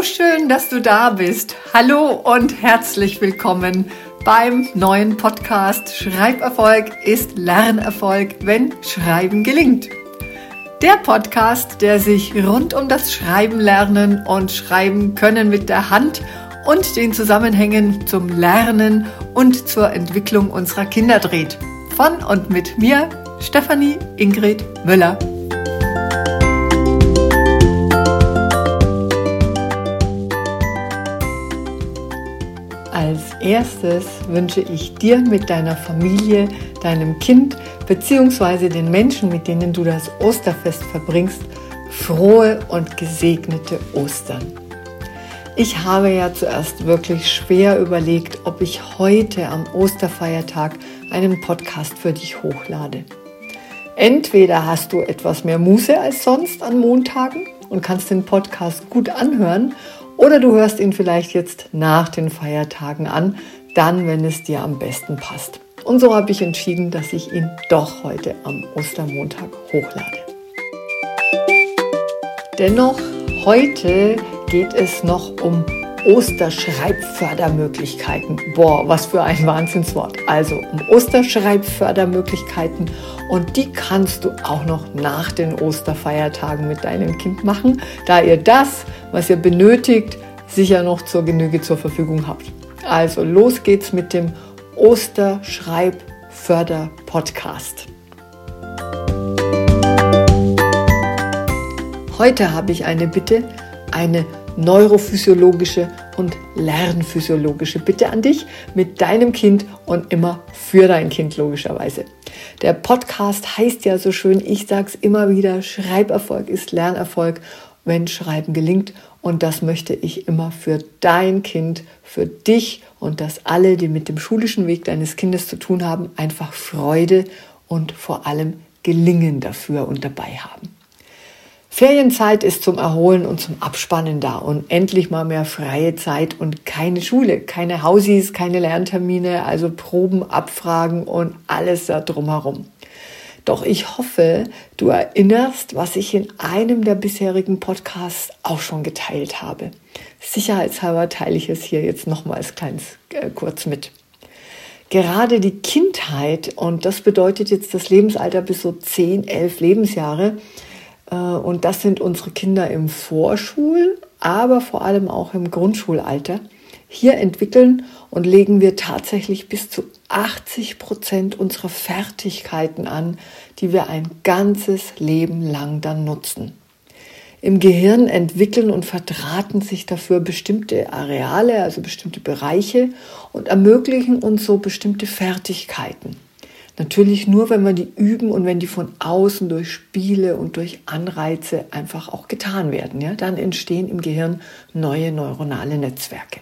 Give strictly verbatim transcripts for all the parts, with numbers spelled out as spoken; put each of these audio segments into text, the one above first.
schön, dass du da bist. Hallo und herzlich willkommen beim neuen Podcast Schreiberfolg ist Lernerfolg, wenn Schreiben gelingt. Der Podcast, der sich rund um das Schreiben lernen und Schreiben können mit der Hand und den Zusammenhängen zum Lernen und zur Entwicklung unserer Kinder dreht. Von und mit mir, Stefanie Ingrid Müller. Als erstes wünsche ich dir mit deiner Familie, deinem Kind bzw. den Menschen, mit denen du das Osterfest verbringst, frohe und gesegnete Ostern. Ich habe ja zuerst wirklich schwer überlegt, ob ich heute am Osterfeiertag einen Podcast für dich hochlade. Entweder hast du etwas mehr Muße als sonst an Montagen und kannst den Podcast gut anhören, oder du hörst ihn vielleicht jetzt nach den Feiertagen an, dann, wenn es dir am besten passt. Und so habe ich entschieden, dass ich ihn doch heute am Ostermontag hochlade. Dennoch, heute geht es noch um Osterschreibfördermöglichkeiten. Boah, was für ein Wahnsinnswort. Also um Osterschreibfördermöglichkeiten, und die kannst du auch noch nach den Osterfeiertagen mit deinem Kind machen, da ihr das, was ihr benötigt, sicher noch zur Genüge zur Verfügung habt. Also los geht's mit dem Osterschreibförder-Podcast. Heute habe ich eine Bitte, eine neurophysiologische und lernphysiologische Bitte an dich mit deinem Kind und immer für dein Kind logischerweise. Der Podcast heißt ja so schön, ich sag's immer wieder, Schreiberfolg ist Lernerfolg, wenn Schreiben gelingt, und das möchte ich immer für dein Kind, für dich und dass alle, die mit dem schulischen Weg deines Kindes zu tun haben, einfach Freude und vor allem Gelingen dafür und dabei haben. Ferienzeit ist zum Erholen und zum Abspannen da und endlich mal mehr freie Zeit und keine Schule, keine Hausis, keine Lerntermine, also Proben, Abfragen und alles da drumherum. Doch ich hoffe, du erinnerst, was ich in einem der bisherigen Podcasts auch schon geteilt habe. Sicherheitshalber teile ich es hier jetzt nochmals kleins äh, kurz mit. Gerade die Kindheit, und das bedeutet jetzt das Lebensalter bis so zehn, elf Lebensjahre, und das sind unsere Kinder im Vorschul-, aber vor allem auch im Grundschulalter. Hier entwickeln und legen wir tatsächlich bis zu achtzig Prozent unserer Fertigkeiten an, die wir ein ganzes Leben lang dann nutzen. Im Gehirn entwickeln und verdrahten sich dafür bestimmte Areale, also bestimmte Bereiche, und ermöglichen uns so bestimmte Fertigkeiten. Natürlich nur, wenn wir die üben und wenn die von außen durch Spiele und durch Anreize einfach auch getan werden. Ja? Dann entstehen im Gehirn neue neuronale Netzwerke.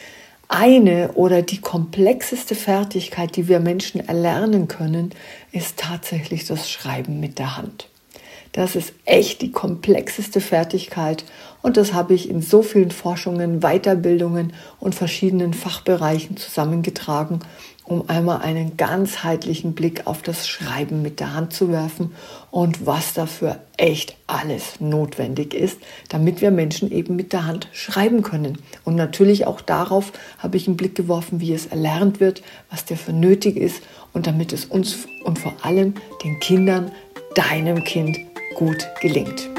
Eine oder die komplexeste Fertigkeit, die wir Menschen erlernen können, ist tatsächlich das Schreiben mit der Hand. Das ist echt die komplexeste Fertigkeit, und das habe ich in so vielen Forschungen, Weiterbildungen und verschiedenen Fachbereichen zusammengetragen, um einmal einen ganzheitlichen Blick auf das Schreiben mit der Hand zu werfen und was dafür echt alles notwendig ist, damit wir Menschen eben mit der Hand schreiben können. Und natürlich auch darauf habe ich einen Blick geworfen, wie es erlernt wird, was dafür nötig ist, und damit es uns und vor allem den Kindern, deinem Kind, gut gelingt.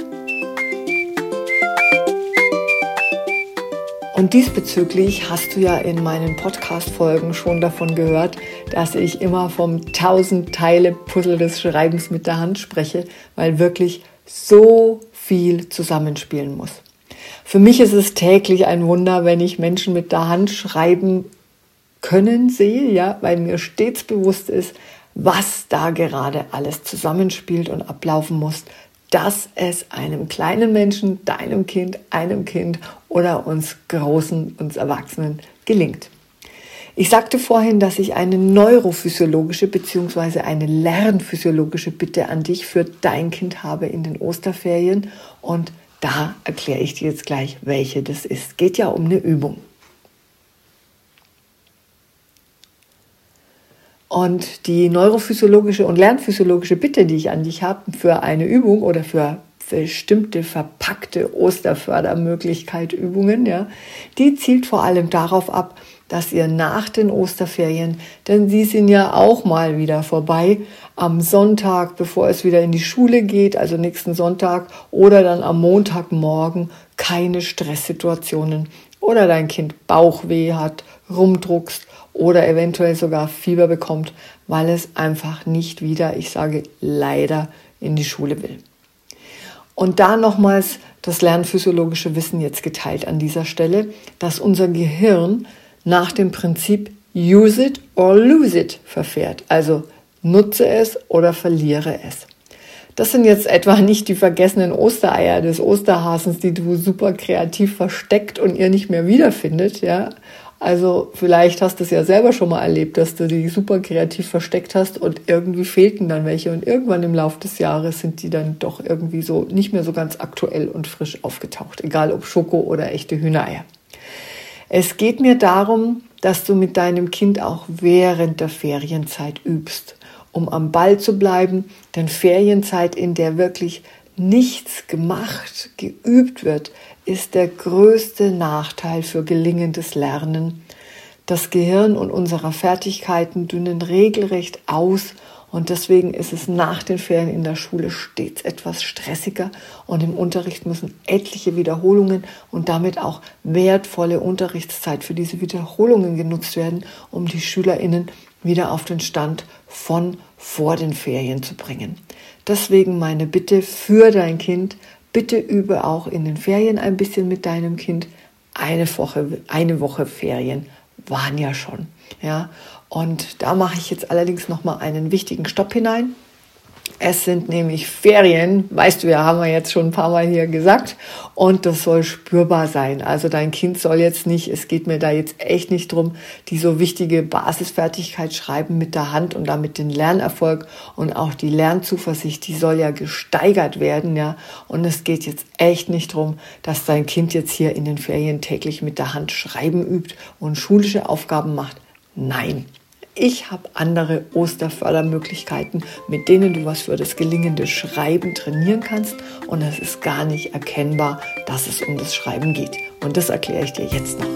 Und diesbezüglich hast du ja in meinen Podcast-Folgen schon davon gehört, dass ich immer vom tausend-Teile-Puzzle des Schreibens mit der Hand spreche, weil wirklich so viel zusammenspielen muss. Für mich ist es täglich ein Wunder, wenn ich Menschen mit der Hand schreiben können sehe, ja, weil mir stets bewusst ist, was da gerade alles zusammenspielt und ablaufen muss, dass es einem kleinen Menschen, deinem Kind, einem Kind oder uns Großen, uns Erwachsenen gelingt. Ich sagte vorhin, dass ich eine neurophysiologische bzw. eine lernphysiologische Bitte an dich für dein Kind habe in den Osterferien, und da erkläre ich dir jetzt gleich, welche das ist. Geht ja um eine Übung. Und die neurophysiologische und lernphysiologische Bitte, die ich an dich habe für eine Übung oder für bestimmte verpackte Osterfördermöglichkeit Übungen, ja, die zielt vor allem darauf ab, dass ihr nach den Osterferien, denn sie sind ja auch mal wieder vorbei, am Sonntag, bevor es wieder in die Schule geht, also nächsten Sonntag, oder dann am Montagmorgen keine Stresssituationen oder dein Kind Bauchweh hat, rumdruckst oder eventuell sogar Fieber bekommt, weil es einfach nicht wieder, ich sage leider, in die Schule will. Und da nochmals das lernphysiologische Wissen jetzt geteilt an dieser Stelle, dass unser Gehirn nach dem Prinzip use it or lose it verfährt, also nutze es oder verliere es. Das sind jetzt etwa nicht die vergessenen Ostereier des Osterhasens, die du super kreativ versteckt und ihr nicht mehr wiederfindet, ja. Also vielleicht hast du es ja selber schon mal erlebt, dass du die super kreativ versteckt hast und irgendwie fehlten dann welche und irgendwann im Laufe des Jahres sind die dann doch irgendwie so nicht mehr so ganz aktuell und frisch aufgetaucht, egal ob Schoko oder echte Hühnereier. Es geht mir darum, dass du mit deinem Kind auch während der Ferienzeit übst, um am Ball zu bleiben, denn Ferienzeit, in der wirklich nichts gemacht, geübt wird, ist der größte Nachteil für gelingendes Lernen. Das Gehirn und unsere Fertigkeiten dünnen regelrecht aus und deswegen ist es nach den Ferien in der Schule stets etwas stressiger und im Unterricht müssen etliche Wiederholungen und damit auch wertvolle Unterrichtszeit für diese Wiederholungen genutzt werden, um die SchülerInnen wieder auf den Stand von vor den Ferien zu bringen. Deswegen meine Bitte für dein Kind, bitte übe auch in den Ferien ein bisschen mit deinem Kind. Eine Woche, eine Woche Ferien waren ja schon, ja. Und da mache ich jetzt allerdings noch mal einen wichtigen Stopp hinein. Es sind nämlich Ferien, weißt du ja, haben wir jetzt schon ein paar Mal hier gesagt, und das soll spürbar sein. Also dein Kind soll jetzt nicht, es geht mir da jetzt echt nicht drum, die so wichtige Basisfertigkeit schreiben mit der Hand und damit den Lernerfolg und auch die Lernzuversicht, die soll ja gesteigert werden, ja. Und es geht jetzt echt nicht drum, dass dein Kind jetzt hier in den Ferien täglich mit der Hand schreiben übt und schulische Aufgaben macht. Nein. Ich habe andere Osterfördermöglichkeiten, mit denen du was für das gelingende Schreiben trainieren kannst und es ist gar nicht erkennbar, dass es um das Schreiben geht. Und das erkläre ich dir jetzt noch.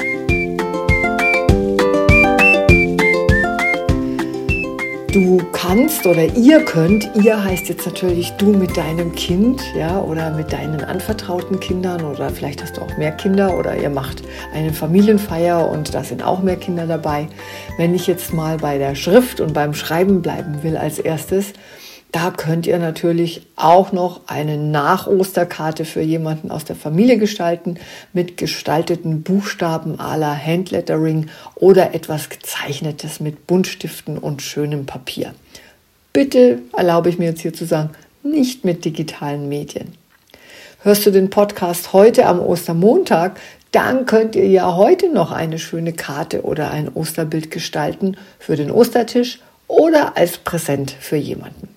Du kannst oder ihr könnt, ihr heißt jetzt natürlich du mit deinem Kind, ja, oder mit deinen anvertrauten Kindern oder vielleicht hast du auch mehr Kinder oder ihr macht eine Familienfeier und da sind auch mehr Kinder dabei. Wenn ich jetzt mal bei der Schrift und beim Schreiben bleiben will als erstes, da könnt ihr natürlich auch noch eine Nach-Osterkarte für jemanden aus der Familie gestalten mit gestalteten Buchstaben à la Handlettering oder etwas Gezeichnetes mit Buntstiften und schönem Papier. Bitte erlaube ich mir jetzt hier zu sagen, nicht mit digitalen Medien. Hörst du den Podcast heute am Ostermontag, dann könnt ihr ja heute noch eine schöne Karte oder ein Osterbild gestalten für den Ostertisch oder als Präsent für jemanden.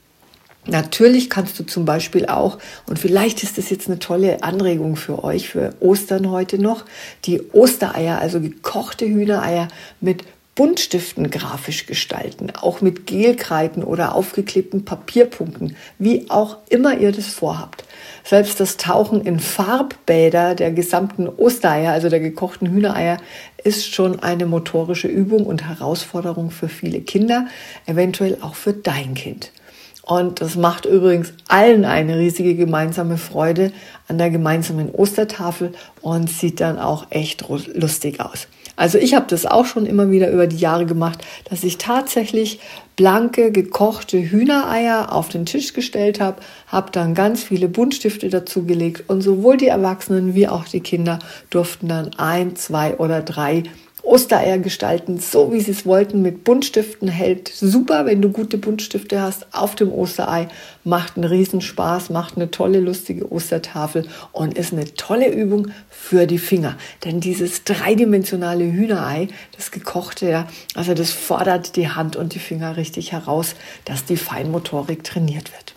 Natürlich kannst du zum Beispiel auch, und vielleicht ist das jetzt eine tolle Anregung für euch, für Ostern heute noch, die Ostereier, also gekochte Hühnereier mit Buntstiften grafisch gestalten, auch mit Gelkreiden oder aufgeklebten Papierpunkten, wie auch immer ihr das vorhabt. Selbst das Tauchen in Farbbäder der gesamten Ostereier, also der gekochten Hühnereier, ist schon eine motorische Übung und Herausforderung für viele Kinder, eventuell auch für dein Kind. Und das macht übrigens allen eine riesige gemeinsame Freude an der gemeinsamen Ostertafel und sieht dann auch echt lustig aus. Also ich habe das auch schon immer wieder über die Jahre gemacht, dass ich tatsächlich blanke, gekochte Hühnereier auf den Tisch gestellt habe, habe dann ganz viele Buntstifte dazu gelegt und sowohl die Erwachsenen wie auch die Kinder durften dann ein, zwei oder drei Ostereier gestalten, so wie sie es wollten, mit Buntstiften. Hält super, wenn du gute Buntstifte hast auf dem Osterei, macht einen Riesenspaß, macht eine tolle, lustige Ostertafel und ist eine tolle Übung für die Finger. Denn dieses dreidimensionale Hühnerei, das gekochte, ja, also das fordert die Hand und die Finger richtig heraus, dass die Feinmotorik trainiert wird.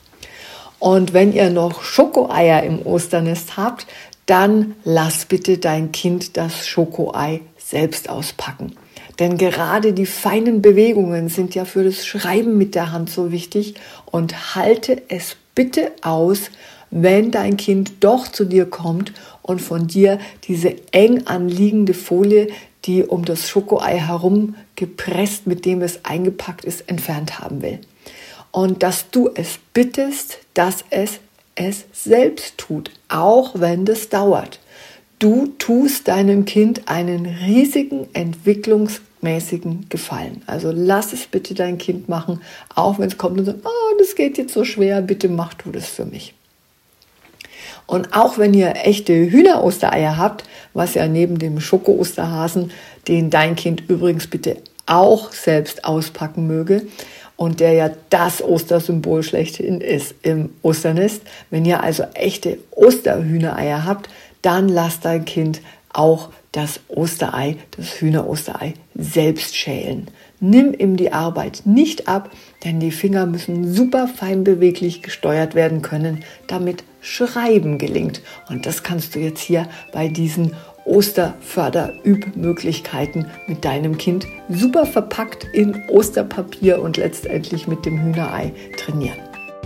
Und wenn ihr noch Schokoeier im Osternest habt, dann lass bitte dein Kind das Schokoei selbst auspacken. Denn gerade die feinen Bewegungen sind ja für das Schreiben mit der Hand so wichtig und halte es bitte aus, wenn dein Kind doch zu dir kommt und von dir diese eng anliegende Folie, die um das Schokoei herum gepresst, mit dem es eingepackt ist, entfernt haben will. Und dass du es bittest, dass es es selbst tut, auch wenn das dauert. Du tust deinem Kind einen riesigen entwicklungsmäßigen Gefallen. Also lass es bitte dein Kind machen, auch wenn es kommt und sagt, oh, das geht jetzt so schwer, bitte mach du das für mich. Und auch wenn ihr echte Hühner-Ostereier habt, was ja neben dem Schoko-Osterhasen, den dein Kind übrigens bitte auch selbst auspacken möge, und der ja das Ostersymbol schlechthin ist im Osternest. Wenn ihr also echte Osterhühnereier habt, dann lasst dein Kind auch das Osterei, das Hühner-Osterei selbst schälen. Nimm ihm die Arbeit nicht ab, denn die Finger müssen super fein beweglich gesteuert werden können, damit Schreiben gelingt. Und das kannst du jetzt hier bei diesen Osterförderübmöglichkeiten mit deinem Kind super verpackt in Osterpapier und letztendlich mit dem Hühnerei trainieren.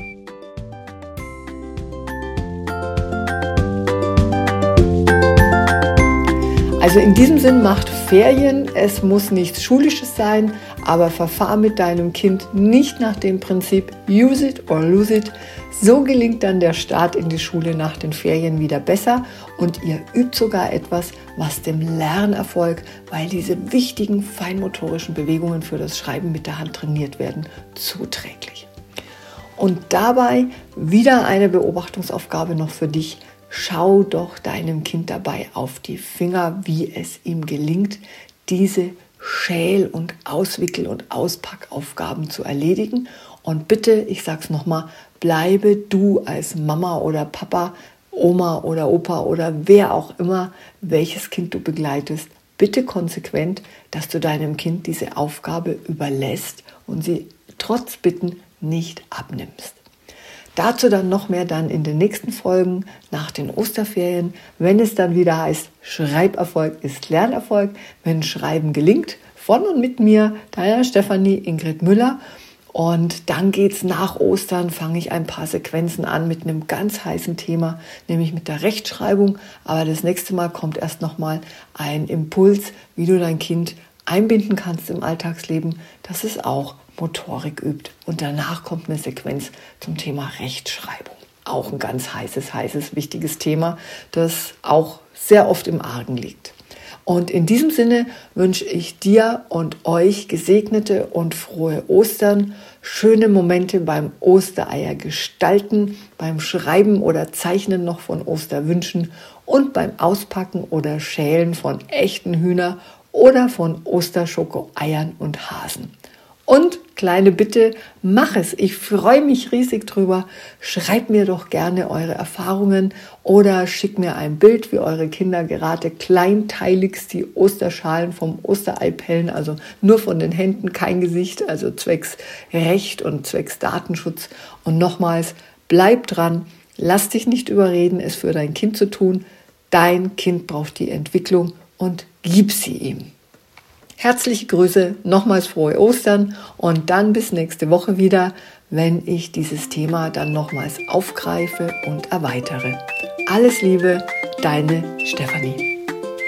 Also in diesem Sinn macht Ferien, es muss nichts Schulisches sein, aber verfahr mit deinem Kind nicht nach dem Prinzip use it or lose it. So gelingt dann der Start in die Schule nach den Ferien wieder besser und ihr übt sogar etwas, was dem Lernerfolg, weil diese wichtigen feinmotorischen Bewegungen für das Schreiben mit der Hand trainiert werden, zuträglich. Und dabei wieder eine Beobachtungsaufgabe noch für dich. Schau doch deinem Kind dabei auf die Finger, wie es ihm gelingt, diese Schäl- und Auswickel- und Auspackaufgaben zu erledigen. Und bitte, ich sag's nochmal, bleibe du als Mama oder Papa, Oma oder Opa oder wer auch immer, welches Kind du begleitest, bitte konsequent, dass du deinem Kind diese Aufgabe überlässt und sie trotz Bitten nicht abnimmst. Dazu dann noch mehr dann in den nächsten Folgen nach den Osterferien, wenn es dann wieder heißt, Schreiberfolg ist Lernerfolg, wenn Schreiben gelingt, von und mit mir, deiner Stefanie Ingrid Müller. Und dann geht's nach Ostern, fange ich ein paar Sequenzen an mit einem ganz heißen Thema, nämlich mit der Rechtschreibung. Aber das nächste Mal kommt erst nochmal ein Impuls, wie du dein Kind einbinden kannst im Alltagsleben, dass es auch Motorik übt. Und danach kommt eine Sequenz zum Thema Rechtschreibung. Auch ein ganz heißes, heißes, wichtiges Thema, das auch sehr oft im Argen liegt. Und in diesem Sinne wünsche ich dir und euch gesegnete und frohe Ostern, schöne Momente beim Ostereier gestalten, beim Schreiben oder Zeichnen noch von Osterwünschen und beim Auspacken oder Schälen von echten Hühner oder von Osterschoko-Eiern und Hasen. Und kleine Bitte, mach es. Ich freue mich riesig drüber. Schreibt mir doch gerne eure Erfahrungen oder schickt mir ein Bild, wie eure Kinder gerade kleinteiligst die Osterschalen vom Osterei pellen, also nur von den Händen, kein Gesicht, also zwecks Recht und zwecks Datenschutz. Und nochmals, bleib dran, lass dich nicht überreden, es für dein Kind zu tun. Dein Kind braucht die Entwicklung und gib sie ihm. Herzliche Grüße, nochmals frohe Ostern und dann bis nächste Woche wieder, wenn ich dieses Thema dann nochmals aufgreife und erweitere. Alles Liebe, deine Stefanie.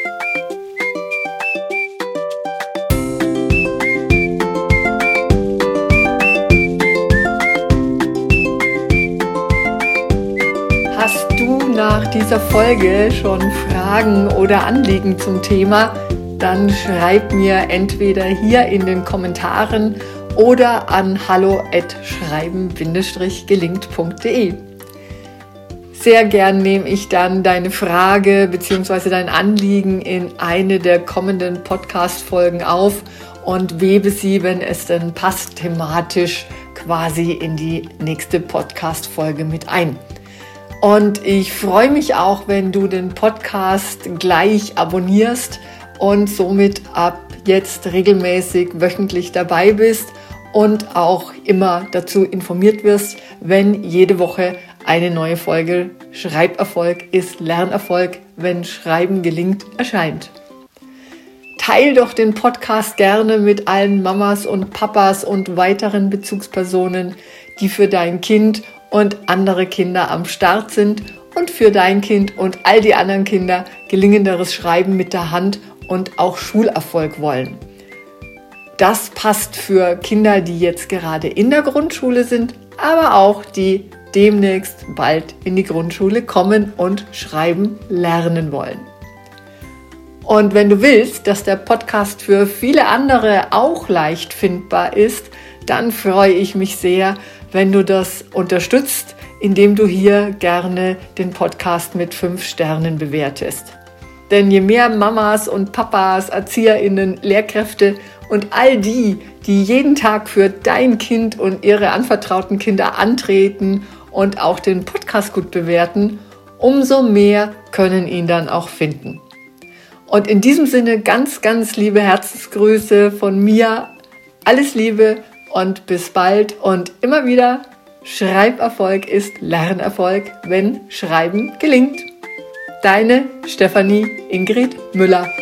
Hast du nach dieser Folge schon Fragen oder Anliegen zum Thema? Dann schreib mir entweder hier in den Kommentaren oder an hallo at schreiben Bindestrich gelingt punkt de. Sehr gern nehme ich dann deine Frage bzw. dein Anliegen in eine der kommenden Podcast-Folgen auf und webe sie, wenn es denn passt, thematisch quasi in die nächste Podcast-Folge mit ein. Und ich freue mich auch, wenn du den Podcast gleich abonnierst und somit ab jetzt regelmäßig wöchentlich dabei bist und auch immer dazu informiert wirst, wenn jede Woche eine neue Folge Schreiberfolg ist Lernerfolg, wenn Schreiben gelingt, erscheint. Teil doch den Podcast gerne mit allen Mamas und Papas und weiteren Bezugspersonen, die für dein Kind und andere Kinder am Start sind und für dein Kind und all die anderen Kinder gelingenderes Schreiben mit der Hand und auch Schulerfolg wollen. Das passt für Kinder, die jetzt gerade in der Grundschule sind, aber auch die demnächst bald in die Grundschule kommen und schreiben lernen wollen. Und wenn du willst, dass der Podcast für viele andere auch leicht findbar ist, dann freue ich mich sehr, wenn du das unterstützt, indem du hier gerne den Podcast mit fünf Sternen bewertest. Denn je mehr Mamas und Papas, ErzieherInnen, Lehrkräfte und all die, die jeden Tag für dein Kind und ihre anvertrauten Kinder antreten und auch den Podcast gut bewerten, umso mehr können ihn dann auch finden. Und in diesem Sinne ganz, ganz liebe Herzensgrüße von mir. Alles Liebe und bis bald und immer wieder, Schreiberfolg ist Lernerfolg, wenn Schreiben gelingt. Deine Stefanie Ingrid Müller.